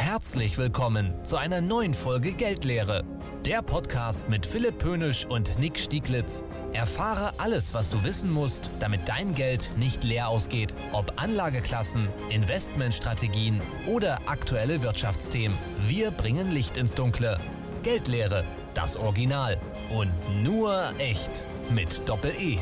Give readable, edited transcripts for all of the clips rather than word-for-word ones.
Herzlich willkommen zu einer neuen Folge Geldlehre. Der Podcast mit Philipp Pönisch und Nick Stieglitz. Erfahre alles, was du wissen musst, damit dein Geld nicht leer ausgeht. Ob Anlageklassen, Investmentstrategien oder aktuelle Wirtschaftsthemen. Wir bringen Licht ins Dunkle. Geldlehre, das Original und nur echt mit Doppel-E.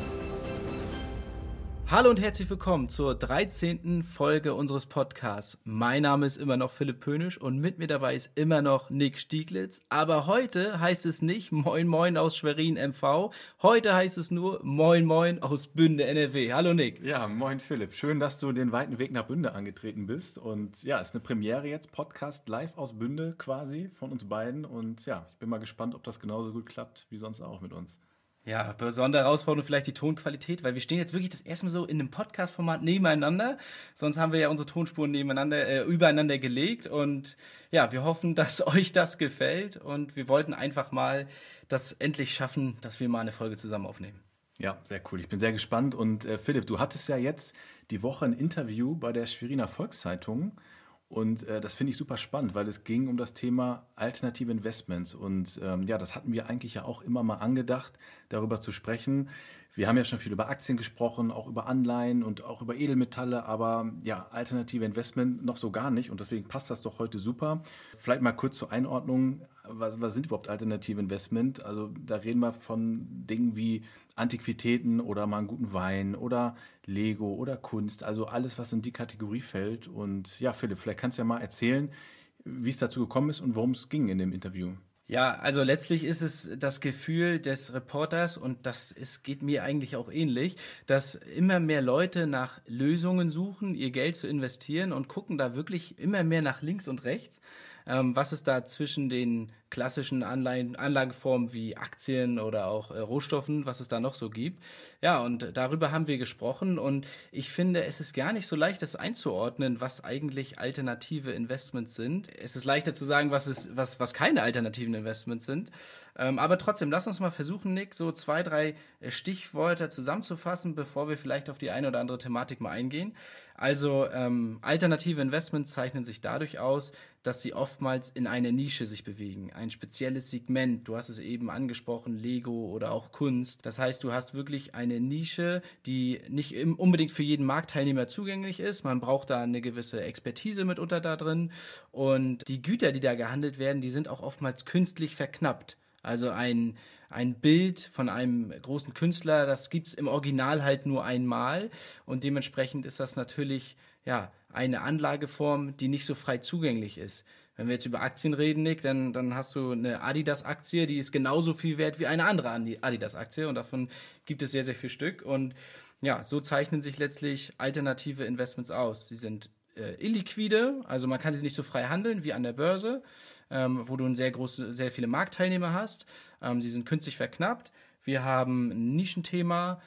Hallo und herzlich willkommen zur 13. Folge unseres Podcasts. Mein Name ist immer noch Philipp Pönisch und mit mir dabei ist immer noch Nick Stieglitz. Aber heute heißt es nicht Moin Moin aus Schwerin MV, heute heißt es nur Moin Moin aus Bünde NRW. Hallo Nick. Ja, moin Philipp. Schön, dass du den weiten Weg nach Bünde angetreten bist. Und ja, ist eine Premiere jetzt, Podcast live aus Bünde quasi von uns beiden. Und ja, ich bin mal gespannt, ob das genauso gut klappt wie sonst auch mit uns. Ja, besondere Herausforderung vielleicht die Tonqualität, weil wir stehen jetzt wirklich das erste Mal so in einem Podcast-Format nebeneinander. Sonst haben wir ja unsere Tonspuren übereinander gelegt und ja, wir hoffen, dass euch das gefällt und wir wollten einfach mal das endlich schaffen, dass wir mal eine Folge zusammen aufnehmen. Ja, sehr cool. Ich bin sehr gespannt und Philipp, du hattest ja jetzt die Woche ein Interview bei der Schweriner Volkszeitung. Und das finde ich super spannend, weil es ging um das Thema alternative Investments. Und ja, das hatten wir eigentlich ja auch immer mal angedacht, darüber zu sprechen. Wir haben ja schon viel über Aktien gesprochen, auch über Anleihen und auch über Edelmetalle, aber ja, alternative Investment noch so gar nicht. Und deswegen passt das doch heute super. Vielleicht mal kurz zur Einordnung. Was sind überhaupt alternative Investment? Also da reden wir von Dingen wie Antiquitäten oder mal einen guten Wein oder Lego oder Kunst. Also alles, was in die Kategorie fällt. Und ja, Philipp, vielleicht kannst du ja mal erzählen, wie es dazu gekommen ist und worum es ging in dem Interview. Ja, also letztlich ist es das Gefühl des Reporters und geht mir eigentlich auch ähnlich, dass immer mehr Leute nach Lösungen suchen, ihr Geld zu investieren und gucken da wirklich immer mehr nach links und rechts. Was es da zwischen den klassischen Anlageformen wie Aktien oder auch Rohstoffen, was es da noch so gibt. Ja, und darüber haben wir gesprochen und ich finde, es ist gar nicht so leicht, das einzuordnen, was eigentlich alternative Investments sind. Es ist leichter zu sagen, was keine alternativen Investments sind. Aber trotzdem, lass uns mal versuchen, Nick, so 2, 3 Stichworte zusammenzufassen, bevor wir vielleicht auf die eine oder andere Thematik mal eingehen. Also alternative Investments zeichnen sich dadurch aus, dass sie oftmals in einer Nische sich bewegen. Ein spezielles Segment, du hast es eben angesprochen, Lego oder auch Kunst. Das heißt, du hast wirklich eine Nische, die nicht unbedingt für jeden Marktteilnehmer zugänglich ist. Man braucht da eine gewisse Expertise mitunter da drin. Und die Güter, die da gehandelt werden, die sind auch oftmals künstlich verknappt. Also ein Bild von einem großen Künstler, das gibt es im Original halt nur einmal. Und dementsprechend ist das natürlich ja eine Anlageform, die nicht so frei zugänglich ist. Wenn wir jetzt über Aktien reden, Nick, dann hast du eine Adidas-Aktie, die ist genauso viel wert wie eine andere Adidas-Aktie und davon gibt es sehr, sehr viel Stück. Und ja, so zeichnen sich letztlich alternative Investments aus. Sie sind illiquide, also man kann sie nicht so frei handeln wie an der Börse, wo du sehr viele Marktteilnehmer hast. Sie sind künstlich verknappt. Wir haben ein Nischenthema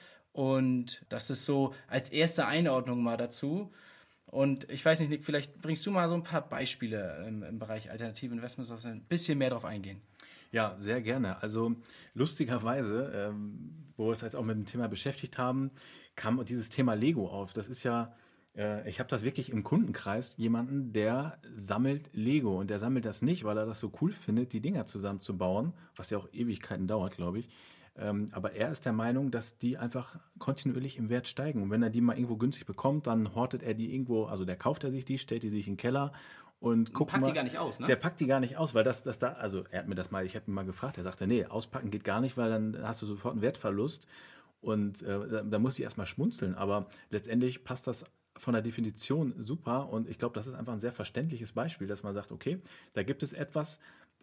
und das ist so als erste Einordnung mal dazu. Und ich weiß nicht, Nick, vielleicht bringst du mal so ein paar Beispiele im Bereich alternative Investments, dass wir ein bisschen mehr drauf eingehen. Ja, sehr gerne. Also lustigerweise, wo wir uns jetzt auch mit dem Thema beschäftigt haben, kam dieses Thema Lego auf. Das ist ja, ich habe das wirklich im Kundenkreis, jemanden, der sammelt Lego und der sammelt das nicht, weil er das so cool findet, die Dinger zusammenzubauen, was ja auch Ewigkeiten dauert, glaube ich. Aber er ist der Meinung, dass die einfach kontinuierlich im Wert steigen. Und wenn er die mal irgendwo günstig bekommt, dann hortet er die irgendwo, also der kauft er sich die, stellt die sich in den Keller und guckt packt mal. Die gar nicht aus, ne? Der packt die gar nicht aus, weil das da, also er hat mir das mal, ich habe ihn mal gefragt, er sagte, nee, auspacken geht gar nicht, weil dann hast du sofort einen Wertverlust. Und da muss ich erstmal schmunzeln. Aber letztendlich passt das von der Definition super und ich glaube, das ist einfach ein sehr verständliches Beispiel, dass man sagt, okay, da gibt es etwas,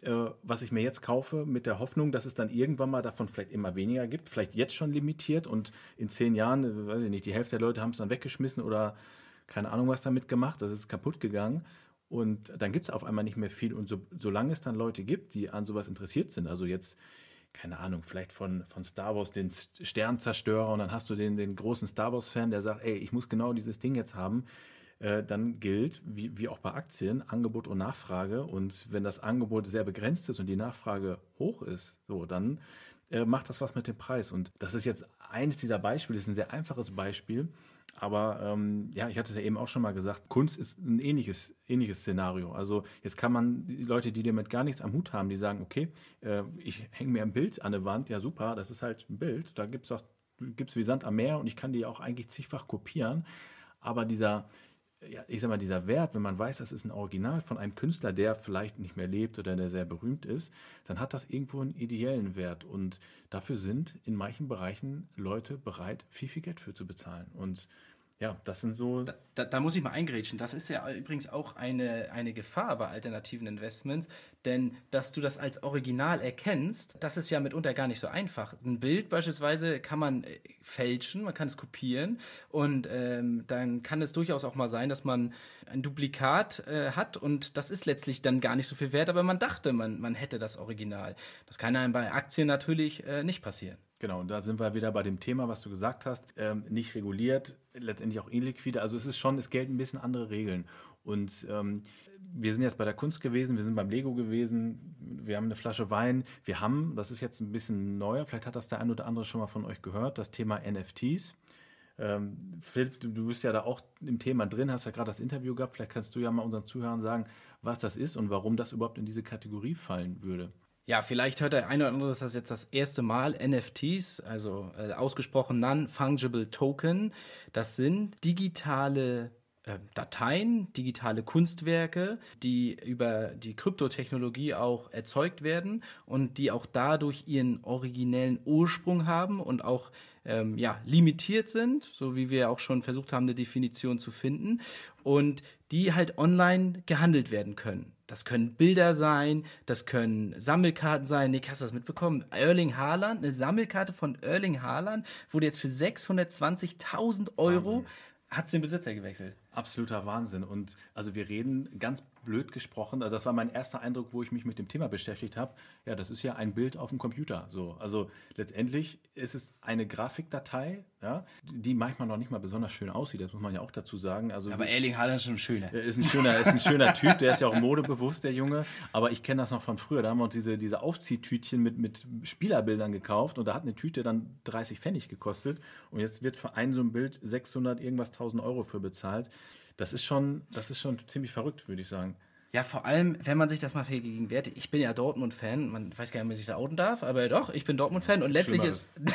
was ich mir jetzt kaufe, mit der Hoffnung, dass es dann irgendwann mal davon vielleicht immer weniger gibt, vielleicht jetzt schon limitiert und in 10 Jahren, weiß ich nicht, die Hälfte der Leute haben es dann weggeschmissen oder keine Ahnung, was damit gemacht, das ist kaputt gegangen und dann gibt es auf einmal nicht mehr viel und solange es dann Leute gibt, die an sowas interessiert sind, also jetzt, keine Ahnung, vielleicht von Star Wars den Sternzerstörer und dann hast du den großen Star Wars-Fan, der sagt, ey, ich muss genau dieses Ding jetzt haben, dann gilt, wie auch bei Aktien, Angebot und Nachfrage. Und wenn das Angebot sehr begrenzt ist und die Nachfrage hoch ist, so, dann macht das was mit dem Preis. Und das ist jetzt eines dieser Beispiele, das ist ein sehr einfaches Beispiel, Aber ja, ich hatte es ja eben auch schon mal gesagt, Kunst ist ein ähnliches Szenario. Also jetzt kann man die Leute, die damit gar nichts am Hut haben, die sagen, okay, ich hänge mir ein Bild an der Wand, ja super, das ist halt ein Bild, da gibt's wie Sand am Meer und ich kann die auch eigentlich zigfach kopieren. Aber dieser Wert, wenn man weiß, das ist ein Original von einem Künstler, der vielleicht nicht mehr lebt oder der sehr berühmt ist, dann hat das irgendwo einen ideellen Wert. Und dafür sind in manchen Bereichen Leute bereit, viel, viel Geld für zu bezahlen. Und ja, das sind so... Da muss ich mal eingrätschen. Das ist ja übrigens auch eine Gefahr bei alternativen Investments, denn dass du das als Original erkennst, das ist ja mitunter gar nicht so einfach. Ein Bild beispielsweise kann man fälschen, man kann es kopieren und dann kann es durchaus auch mal sein, dass man ein Duplikat hat und das ist letztlich dann gar nicht so viel wert, aber man dachte, man hätte das Original. Das kann einem bei Aktien natürlich nicht passieren. Genau, und da sind wir wieder bei dem Thema, was du gesagt hast, nicht reguliert, letztendlich auch illiquide. Also es gelten ein bisschen andere Regeln. Und wir sind jetzt bei der Kunst gewesen, wir sind beim Lego gewesen, wir haben eine Flasche Wein. Das ist jetzt ein bisschen neuer, vielleicht hat das der ein oder andere schon mal von euch gehört, das Thema NFTs. Philipp, du bist ja da auch im Thema drin, hast ja gerade das Interview gehabt. Vielleicht kannst du ja mal unseren Zuhörern sagen, was das ist und warum das überhaupt in diese Kategorie fallen würde. Ja, vielleicht hört der eine oder andere das jetzt das erste Mal. NFTs, also ausgesprochen Non-Fungible Token, das sind digitale Dateien, digitale Kunstwerke, die über die Kryptotechnologie auch erzeugt werden und die auch dadurch ihren originellen Ursprung haben und auch limitiert sind, so wie wir auch schon versucht haben, eine Definition zu finden und die halt online gehandelt werden können. Das können Bilder sein, das können Sammelkarten sein. Nick, hast du das mitbekommen? Erling Haaland, eine Sammelkarte von Erling Haaland wurde jetzt für 620.000 Euro, hat es den Besitzer gewechselt. Absoluter Wahnsinn. Und also wir reden ganz blöd gesprochen, also das war mein erster Eindruck, wo ich mich mit dem Thema beschäftigt habe. Ja, das ist ja ein Bild auf dem Computer. So. Also letztendlich ist es eine Grafikdatei, ja, die manchmal noch nicht mal besonders schön aussieht. Das muss man ja auch dazu sagen. Also, aber Erling Haaland ist schon schöner. Ist ein schöner Typ, der ist ja auch modebewusst, der Junge. Aber ich kenne das noch von früher. Da haben wir uns diese Aufziehtütchen mit Spielerbildern gekauft und da hat eine Tüte dann 30 Pfennig gekostet. Und jetzt wird für ein so ein Bild 600 irgendwas 1.000 Euro für bezahlt. Das ist schon ziemlich verrückt, würde ich sagen. Ja, vor allem, wenn man sich das mal vergegenwärtigt. Ich bin ja Dortmund-Fan, man weiß gar nicht, ob man sich da outen darf, aber doch, ich bin Dortmund-Fan und letztlich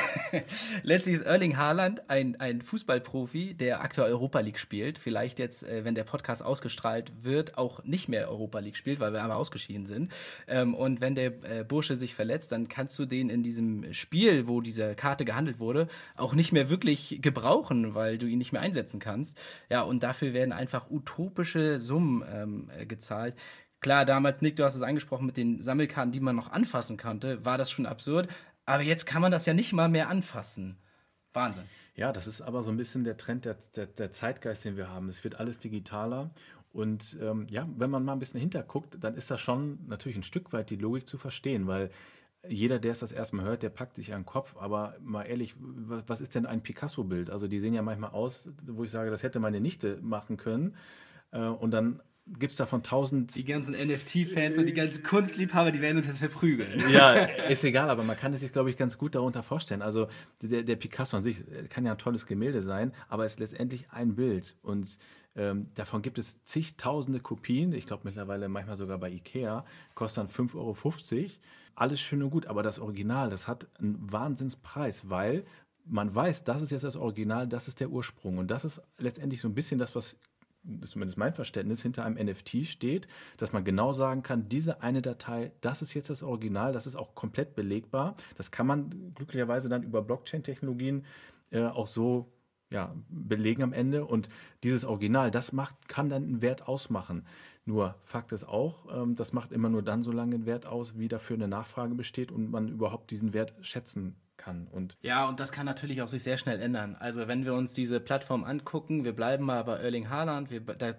ist Erling Haaland ein Fußballprofi, der aktuell Europa League spielt. Vielleicht jetzt, wenn der Podcast ausgestrahlt wird, auch nicht mehr Europa League spielt, weil wir einmal ausgeschieden sind. Und wenn der Bursche sich verletzt, dann kannst du den in diesem Spiel, wo diese Karte gehandelt wurde, auch nicht mehr wirklich gebrauchen, weil du ihn nicht mehr einsetzen kannst. Ja, und dafür werden einfach utopische Summen gezahlt. Klar, damals, Nick, du hast es angesprochen, mit den Sammelkarten, die man noch anfassen konnte, war das schon absurd. Aber jetzt kann man das ja nicht mal mehr anfassen. Wahnsinn. Ja, das ist aber so ein bisschen der Trend, der Zeitgeist, den wir haben. Es wird alles digitaler. Und wenn man mal ein bisschen hinterguckt, dann ist das schon natürlich ein Stück weit die Logik zu verstehen, weil jeder, der es das erste Mal hört, der packt sich an den Kopf. Aber mal ehrlich, was ist denn ein Picasso-Bild? Also die sehen ja manchmal aus, wo ich sage, das hätte meine Nichte machen können. Und dann gibt es davon 1000... Die ganzen NFT-Fans und die ganzen Kunstliebhaber, die werden uns jetzt verprügeln. Ja, ist egal, aber man kann es sich, glaube ich, ganz gut darunter vorstellen. Also der Picasso an sich kann ja ein tolles Gemälde sein, aber es ist letztendlich ein Bild. Und davon gibt es zigtausende Kopien. Ich glaube mittlerweile manchmal sogar bei Ikea. Kostet dann 5,50 Euro. Alles schön und gut, aber das Original, das hat einen Wahnsinnspreis, weil man weiß, das ist jetzt das Original, das ist der Ursprung. Und das ist letztendlich so ein bisschen das, was... Das ist zumindest mein Verständnis, hinter einem NFT steht, dass man genau sagen kann, diese eine Datei, das ist jetzt das Original, das ist auch komplett belegbar. Das kann man glücklicherweise dann über Blockchain-Technologien auch so belegen am Ende. Und dieses Original, kann dann einen Wert ausmachen. Nur Fakt ist auch, das macht immer nur dann so lange einen Wert aus, wie dafür eine Nachfrage besteht und man überhaupt diesen Wert schätzen kann. Und das kann natürlich auch sich sehr schnell ändern. Also wenn wir uns diese Plattform angucken, wir bleiben mal bei Erling Haaland,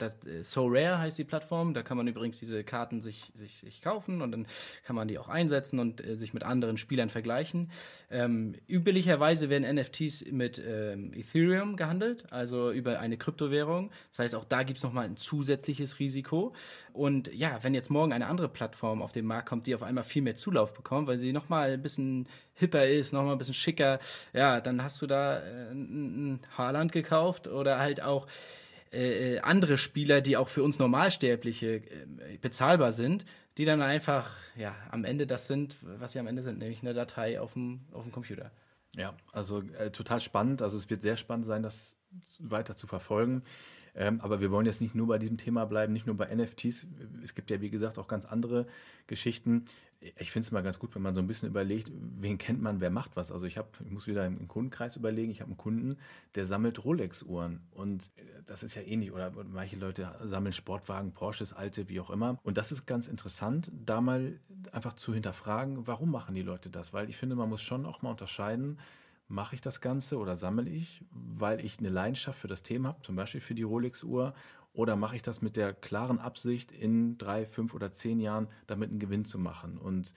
SoRare heißt die Plattform, da kann man übrigens diese Karten sich kaufen und dann kann man die auch einsetzen und sich mit anderen Spielern vergleichen. Üblicherweise werden NFTs mit Ethereum gehandelt, also über eine Kryptowährung. Das heißt, auch da gibt es nochmal ein zusätzliches Risiko. Und ja, wenn jetzt morgen eine andere Plattform auf den Markt kommt, die auf einmal viel mehr Zulauf bekommt, weil sie nochmal ein bisschen hipper ist, nochmal ein ein bisschen schicker. Ja, dann hast du da ein Haaland gekauft oder halt auch andere Spieler, die auch für uns Normalsterbliche bezahlbar sind, die dann einfach, ja, am Ende das sind, was sie am Ende sind, nämlich eine Datei auf dem Computer. Ja, also total spannend. Also es wird sehr spannend sein, das weiter zu verfolgen. Aber wir wollen jetzt nicht nur bei diesem Thema bleiben, nicht nur bei NFTs. Es gibt ja, wie gesagt, auch ganz andere Geschichten. Ich finde es immer ganz gut, wenn man so ein bisschen überlegt, wen kennt man, wer macht was. Also ich muss wieder im Kundenkreis überlegen, ich habe einen Kunden, der sammelt Rolex-Uhren. Und das ist ja ähnlich. Oder manche Leute sammeln Sportwagen, Porsches, alte, wie auch immer. Und das ist ganz interessant, da mal einfach zu hinterfragen, warum machen die Leute das? Weil ich finde, man muss schon auch mal unterscheiden, mache ich das Ganze oder sammle ich, weil ich eine Leidenschaft für das Thema habe, zum Beispiel für die Rolex-Uhr, oder mache ich das mit der klaren Absicht, in 3, 5 oder 10 Jahren damit einen Gewinn zu machen? Und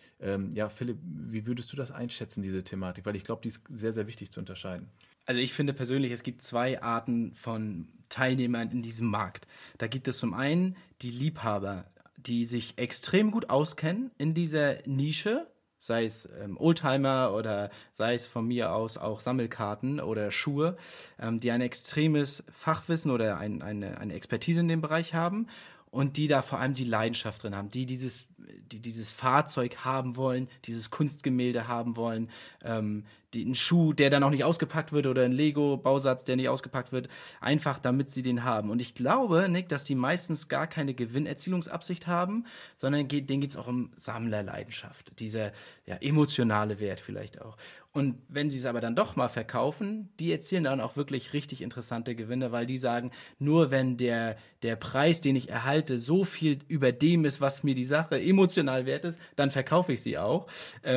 ja, Philipp, wie würdest du das einschätzen, diese Thematik? Weil ich glaube, die ist sehr, sehr wichtig zu unterscheiden. Also ich finde persönlich, es gibt 2 Arten von Teilnehmern in diesem Markt. Da gibt es zum einen die Liebhaber, die sich extrem gut auskennen in dieser Nische, sei es Oldtimer oder sei es von mir aus auch Sammelkarten oder Schuhe, die ein extremes Fachwissen oder eine Expertise in dem Bereich haben und die da vor allem die Leidenschaft drin haben, die dieses Fahrzeug haben wollen, dieses Kunstgemälde haben wollen, einen Schuh, der dann auch nicht ausgepackt wird oder ein Lego-Bausatz, der nicht ausgepackt wird, einfach damit sie den haben. Und ich glaube, Nick, dass die meistens gar keine Gewinnerzielungsabsicht haben, sondern denen geht es auch um Sammlerleidenschaft, dieser emotionale Wert vielleicht auch. Und wenn sie es aber dann doch mal verkaufen, die erzielen dann auch wirklich richtig interessante Gewinne, weil die sagen, nur wenn der Preis, den ich erhalte, so viel über dem ist, was mir die Sache emotional wert ist, dann verkaufe ich sie auch.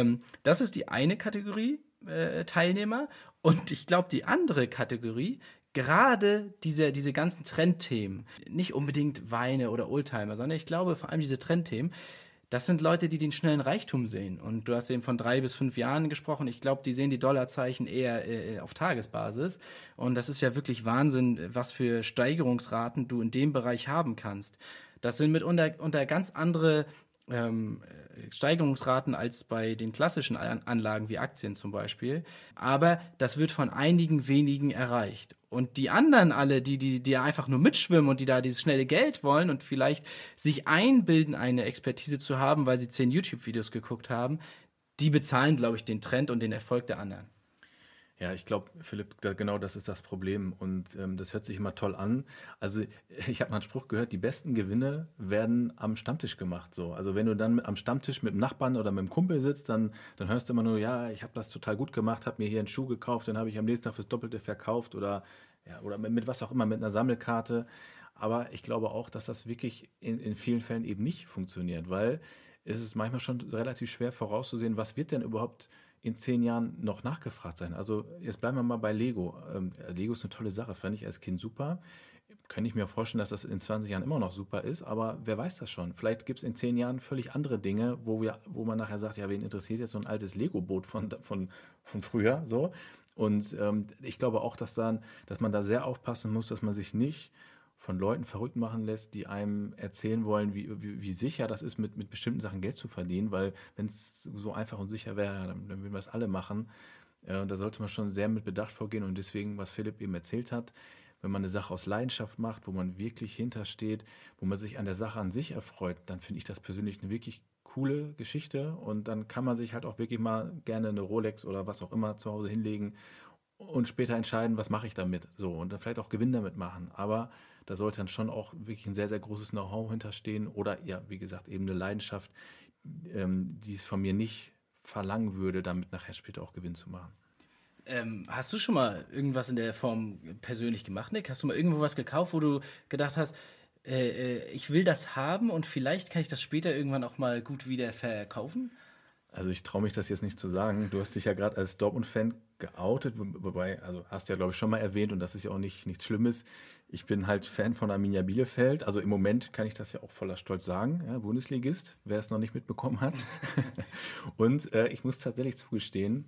Das ist die eine Kategorie Teilnehmer. Und ich glaube, die andere Kategorie, gerade diese ganzen Trendthemen, nicht unbedingt Weine oder Oldtimer, sondern ich glaube vor allem diese Trendthemen, das sind Leute, die den schnellen Reichtum sehen. Und du hast eben von 3 bis 5 Jahren gesprochen. Ich glaube, die sehen die Dollarzeichen eher auf Tagesbasis. Und das ist ja wirklich Wahnsinn, was für Steigerungsraten du in dem Bereich haben kannst. Das sind mitunter ganz andere Steigerungsraten als bei den klassischen Anlagen wie Aktien zum Beispiel. Aber das wird von einigen wenigen erreicht. Und die anderen alle, die einfach nur mitschwimmen und die da dieses schnelle Geld wollen und vielleicht sich einbilden, eine Expertise zu haben, weil sie 10 YouTube-Videos geguckt haben, die bezahlen, glaube ich, den Trend und den Erfolg der anderen. Ja, ich glaube, Philipp, genau das ist das Problem und das hört sich immer toll an. Also ich habe mal einen Spruch gehört, die besten Gewinne werden am Stammtisch gemacht. So. Also wenn du dann am Stammtisch mit dem Nachbarn oder mit dem Kumpel sitzt, dann hörst du immer nur, ja, ich habe das total gut gemacht, habe mir hier einen Schuh gekauft, den habe ich am nächsten Tag fürs Doppelte verkauft oder mit was auch immer, mit einer Sammelkarte. Aber ich glaube auch, dass das wirklich in vielen Fällen eben nicht funktioniert, weil es ist manchmal schon relativ schwer vorauszusehen, was wird denn überhaupt in 10 Jahren noch nachgefragt sein. Also jetzt bleiben wir mal bei Lego. Lego ist eine tolle Sache, fand ich als Kind super. Kann ich mir vorstellen, dass das in 20 Jahren immer noch super ist, aber wer weiß das schon. Vielleicht gibt es in 10 Jahren völlig andere Dinge, wo man nachher sagt, ja, wen interessiert jetzt so ein altes Lego-Boot von früher, so. Und ich glaube auch, dass man da sehr aufpassen muss, dass man sich nicht von Leuten verrückt machen lässt, die einem erzählen wollen, wie sicher das ist, mit bestimmten Sachen Geld zu verdienen, weil wenn es so einfach und sicher wäre, dann würden wir es alle machen. Da sollte man schon sehr mit Bedacht vorgehen und deswegen, was Philipp eben erzählt hat, wenn man eine Sache aus Leidenschaft macht, wo man wirklich hintersteht, wo man sich an der Sache an sich erfreut, dann finde ich das persönlich eine wirklich coole Geschichte und dann kann man sich halt auch wirklich mal gerne eine Rolex oder was auch immer zu Hause hinlegen und später entscheiden, was mache ich damit. So, und dann vielleicht auch Gewinn damit machen. Aber da sollte dann schon auch wirklich ein sehr, sehr großes Know-how hinterstehen oder ja, wie gesagt, eben eine Leidenschaft, die es von mir nicht verlangen würde, damit nachher später auch Gewinn zu machen. Hast du schon mal irgendwas in der Form persönlich gemacht, Nick? Hast du mal irgendwo was gekauft, wo du gedacht hast, ich will das haben und vielleicht kann ich das später irgendwann auch mal gut wieder verkaufen? Also ich traue mich das jetzt nicht zu sagen. Du hast dich ja gerade als Dortmund-Fan geoutet, wobei, also hast du ja, glaube ich, schon mal erwähnt und das ist ja auch nichts Schlimmes. Ich bin halt Fan von Arminia Bielefeld. Also im Moment kann ich das ja auch voller Stolz sagen. Ja, Bundesligist, wer es noch nicht mitbekommen hat. Und ich muss tatsächlich zugestehen,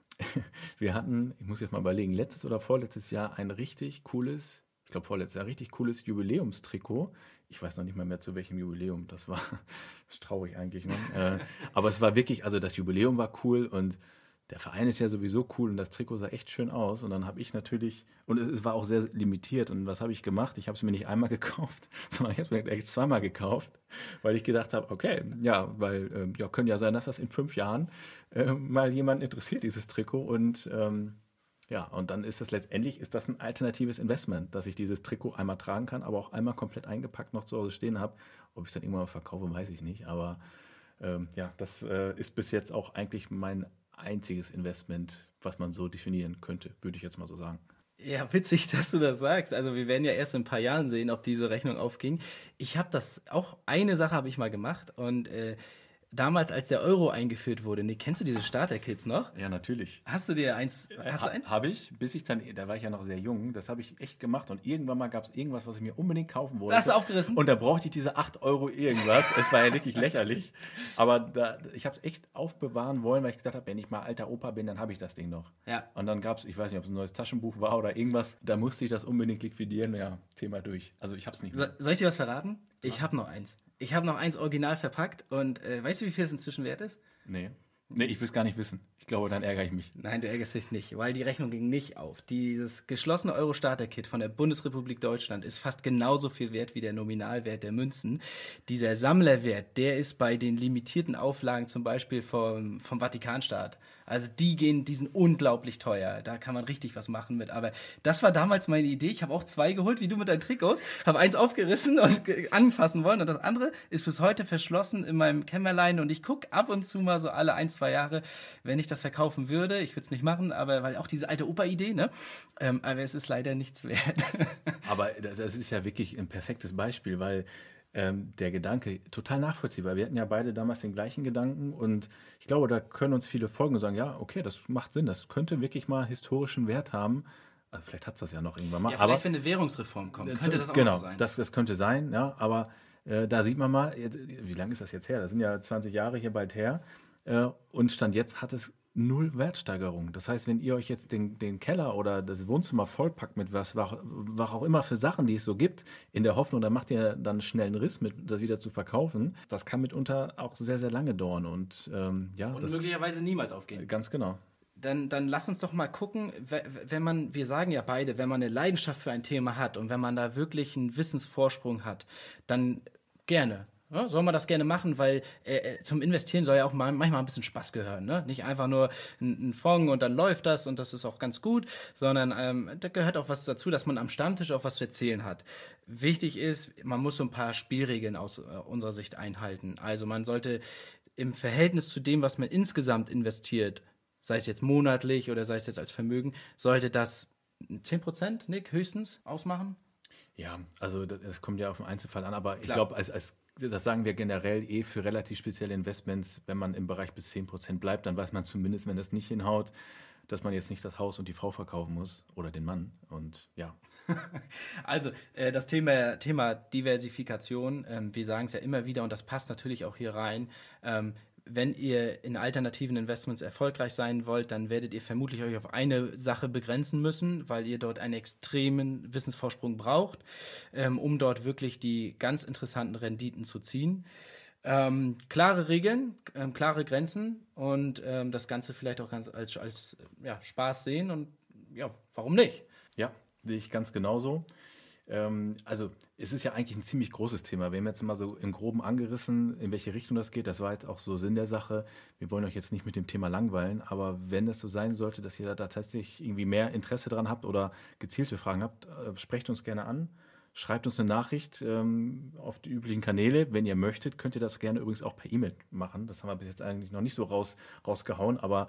wir hatten, ich muss jetzt mal überlegen, letztes oder vorletztes Jahr ein richtig cooles, ich glaube vorletztes Jahr, richtig cooles Jubiläumstrikot. Ich weiß noch nicht mal mehr, zu welchem Jubiläum das ist traurig eigentlich. Ne? Aber es war wirklich, also das Jubiläum war cool und der Verein ist ja sowieso cool und das Trikot sah echt schön aus. Und dann habe ich natürlich, und es war auch sehr limitiert. Und was habe ich gemacht? Ich habe es mir nicht einmal gekauft, sondern ich habe es mir gleich zweimal gekauft, weil ich gedacht habe, okay, ja, weil können ja sein, dass das in 5 Jahren mal jemanden interessiert, dieses Trikot. Und und dann ist das letztendlich ein alternatives Investment, dass ich dieses Trikot einmal tragen kann, aber auch einmal komplett eingepackt noch zu Hause stehen habe. Ob ich es dann irgendwann mal verkaufe, weiß ich nicht. Aber das ist bis jetzt auch eigentlich mein einziges Investment, was man so definieren könnte, würde ich jetzt mal so sagen. Ja, witzig, dass du das sagst. Also wir werden ja erst in ein paar Jahren sehen, ob diese Rechnung aufging. Ich habe eine Sache habe ich mal gemacht und damals, als der Euro eingeführt wurde, Nick, kennst du diese Starter-Kits noch? Ja, natürlich. Hast du dir eins? Habe ich, bis ich dann, da war ich ja noch sehr jung, das habe ich echt gemacht und irgendwann mal gab es irgendwas, was ich mir unbedingt kaufen wollte. Hast du aufgerissen? Und da brauchte ich diese 8 Euro irgendwas. Es war ja wirklich lächerlich. Aber ich habe es echt aufbewahren wollen, weil ich gedacht habe, wenn ich mal alter Opa bin, dann habe ich das Ding noch. Ja. Und dann gab es, ich weiß nicht, ob es ein neues Taschenbuch war oder irgendwas, da musste ich das unbedingt liquidieren. Ja, Thema durch. Also ich habe es nicht mehr. Soll ich dir was verraten? Ich habe noch eins. Ich habe noch eins original verpackt und weißt du, wie viel es inzwischen wert ist? Nee, ich will es gar nicht wissen. Ich glaube, dann ärgere ich mich. Nein, du ärgerst dich nicht, weil die Rechnung ging nicht auf. Dieses geschlossene Euro-Starter-Kit von der Bundesrepublik Deutschland ist fast genauso viel wert wie der Nominalwert der Münzen. Dieser Sammlerwert, der ist bei den limitierten Auflagen zum Beispiel vom Vatikanstaat. Also die sind unglaublich teuer. Da kann man richtig was machen mit. Aber das war damals meine Idee. Ich habe auch 2 geholt, wie du mit deinen Trikots. Habe eins aufgerissen und anfassen wollen. Und das andere ist bis heute verschlossen in meinem Kämmerlein. Und ich gucke ab und zu mal so alle 1-2 Jahre, wenn ich das verkaufen würde. Ich würde es nicht machen, aber weil auch diese alte Opa-Idee, ne? Aber es ist leider nichts wert. Aber das ist ja wirklich ein perfektes Beispiel, weil der Gedanke total nachvollziehbar. Wir hatten ja beide damals den gleichen Gedanken und ich glaube, da können uns viele folgen und sagen, ja, okay, das macht Sinn, das könnte wirklich mal historischen Wert haben. Also vielleicht hat es das ja noch irgendwann mal. Ja, vielleicht, wenn eine Währungsreform kommt, könnte das auch genau, noch sein. Das könnte sein, ja, aber da sieht man mal, wie lange ist das jetzt her? Das sind ja 20 Jahre hier bald her und Stand jetzt hat es 0 Wertsteigerung. Das heißt, wenn ihr euch jetzt den Keller oder das Wohnzimmer vollpackt mit was auch immer für Sachen, die es so gibt, in der Hoffnung, da macht ihr dann schnell einen Riss mit, das wieder zu verkaufen, das kann mitunter auch sehr, sehr lange dauern. Und und möglicherweise niemals aufgehen. Ganz genau. Dann lass uns doch mal gucken, wir sagen ja beide, wenn man eine Leidenschaft für ein Thema hat und wenn man da wirklich einen Wissensvorsprung hat, dann gerne. Ja, soll man das gerne machen, weil zum Investieren soll ja auch manchmal ein bisschen Spaß gehören. Ne? Nicht einfach nur ein Fonds und dann läuft das und das ist auch ganz gut, sondern da gehört auch was dazu, dass man am Stammtisch auch was zu erzählen hat. Wichtig ist, man muss so ein paar Spielregeln aus unserer Sicht einhalten. Also man sollte im Verhältnis zu dem, was man insgesamt investiert, sei es jetzt monatlich oder sei es jetzt als Vermögen, sollte das 10%, Nick, höchstens ausmachen? Ja, also das kommt ja auf den Einzelfall an, aber ich glaube, das sagen wir generell für relativ spezielle Investments, wenn man im Bereich bis 10% bleibt, dann weiß man zumindest, wenn das nicht hinhaut, dass man jetzt nicht das Haus und die Frau verkaufen muss oder den Mann und ja. Also das Thema Diversifikation, wir sagen es ja immer wieder und das passt natürlich auch hier rein, wenn ihr in alternativen Investments erfolgreich sein wollt, dann werdet ihr vermutlich euch auf eine Sache begrenzen müssen, weil ihr dort einen extremen Wissensvorsprung braucht, um dort wirklich die ganz interessanten Renditen zu ziehen. Klare Regeln, klare Grenzen und das Ganze vielleicht auch ganz als Spaß sehen und ja, warum nicht? Ja, sehe ich ganz genauso. Also es ist ja eigentlich ein ziemlich großes Thema. Wir haben jetzt mal so im Groben angerissen, in welche Richtung das geht. Das war jetzt auch so Sinn der Sache. Wir wollen euch jetzt nicht mit dem Thema langweilen, aber wenn es so sein sollte, dass ihr da tatsächlich irgendwie mehr Interesse dran habt oder gezielte Fragen habt, sprecht uns gerne an. Schreibt uns eine Nachricht auf die üblichen Kanäle. Wenn ihr möchtet, könnt ihr das gerne übrigens auch per E-Mail machen. Das haben wir bis jetzt eigentlich noch nicht so rausgehauen, aber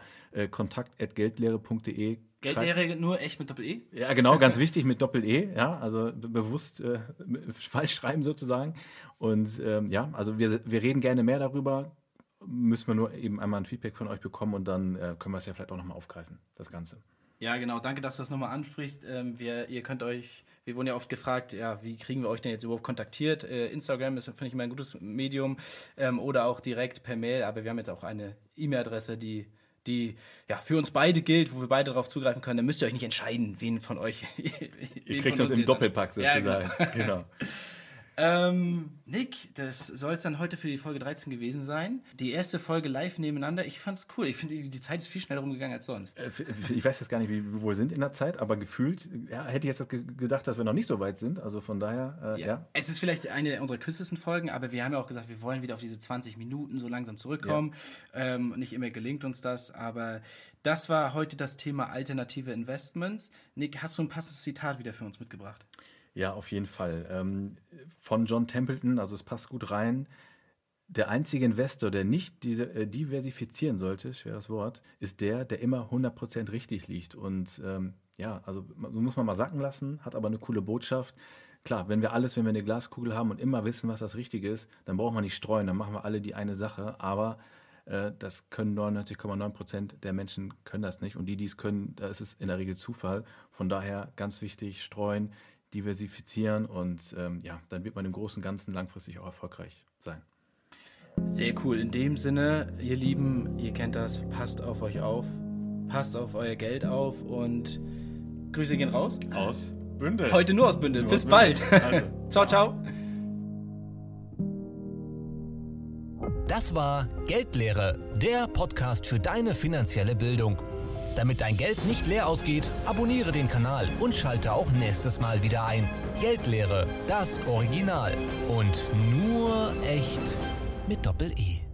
kontakt@geldlehre.de. Geldlehre nur echt mit Doppel-E? Ja, genau, ganz wichtig mit Doppel-E, ja, also bewusst falsch schreiben sozusagen. Und also wir reden gerne mehr darüber, müssen wir nur eben einmal ein Feedback von euch bekommen und dann können wir es ja vielleicht auch nochmal aufgreifen, das Ganze. Ja, genau. Danke, dass du das nochmal ansprichst. Wir wurden ja oft gefragt, ja, wie kriegen wir euch denn jetzt überhaupt kontaktiert? Instagram ist, finde ich, immer ein gutes Medium oder auch direkt per Mail. Aber wir haben jetzt auch eine E-Mail-Adresse, die ja für uns beide gilt, wo wir beide darauf zugreifen können. Da müsst ihr euch nicht entscheiden, wen von euch. Ihr kriegt das im Doppelpack sozusagen. Ja, genau. Nick, das soll es dann heute für die Folge 13 gewesen sein. Die erste Folge live nebeneinander. Ich fand's cool. Ich finde, die Zeit ist viel schneller rumgegangen als sonst. Ich weiß jetzt gar nicht, wie wir wohl sind in der Zeit, aber gefühlt hätte ich jetzt gedacht, dass wir noch nicht so weit sind. Also von daher, ja. Es ist vielleicht eine unserer kürzesten Folgen, aber wir haben ja auch gesagt, wir wollen wieder auf diese 20 Minuten so langsam zurückkommen. Ja. Nicht immer gelingt uns das, aber das war heute das Thema alternative Investments. Nick, hast du ein passendes Zitat wieder für uns mitgebracht? Ja, auf jeden Fall. Von John Templeton, also es passt gut rein. Der einzige Investor, der nicht diversifizieren sollte, schweres Wort, ist der immer 100% richtig liegt. Und also muss man mal sacken lassen, hat aber eine coole Botschaft. Klar, wenn wir eine Glaskugel haben und immer wissen, was das Richtige ist, dann brauchen wir nicht streuen, dann machen wir alle die eine Sache. Aber das können 99,9% der Menschen können das nicht. Und die es können, da ist es in der Regel Zufall. Von daher ganz wichtig, streuen, diversifizieren und dann wird man im Großen und Ganzen langfristig auch erfolgreich sein. Sehr cool. In dem Sinne, ihr Lieben, ihr kennt das, passt auf euch auf, passt auf euer Geld auf und Grüße gehen raus. Aus Bündel. Heute nur aus Bündel. Bis bald. Also. Ciao, ciao. Das war Geldlehre, der Podcast für deine finanzielle Bildung. Damit dein Geld nicht leer ausgeht, abonniere den Kanal und schalte auch nächstes Mal wieder ein. Geldlehre, das Original. Und nur echt mit Doppel-E.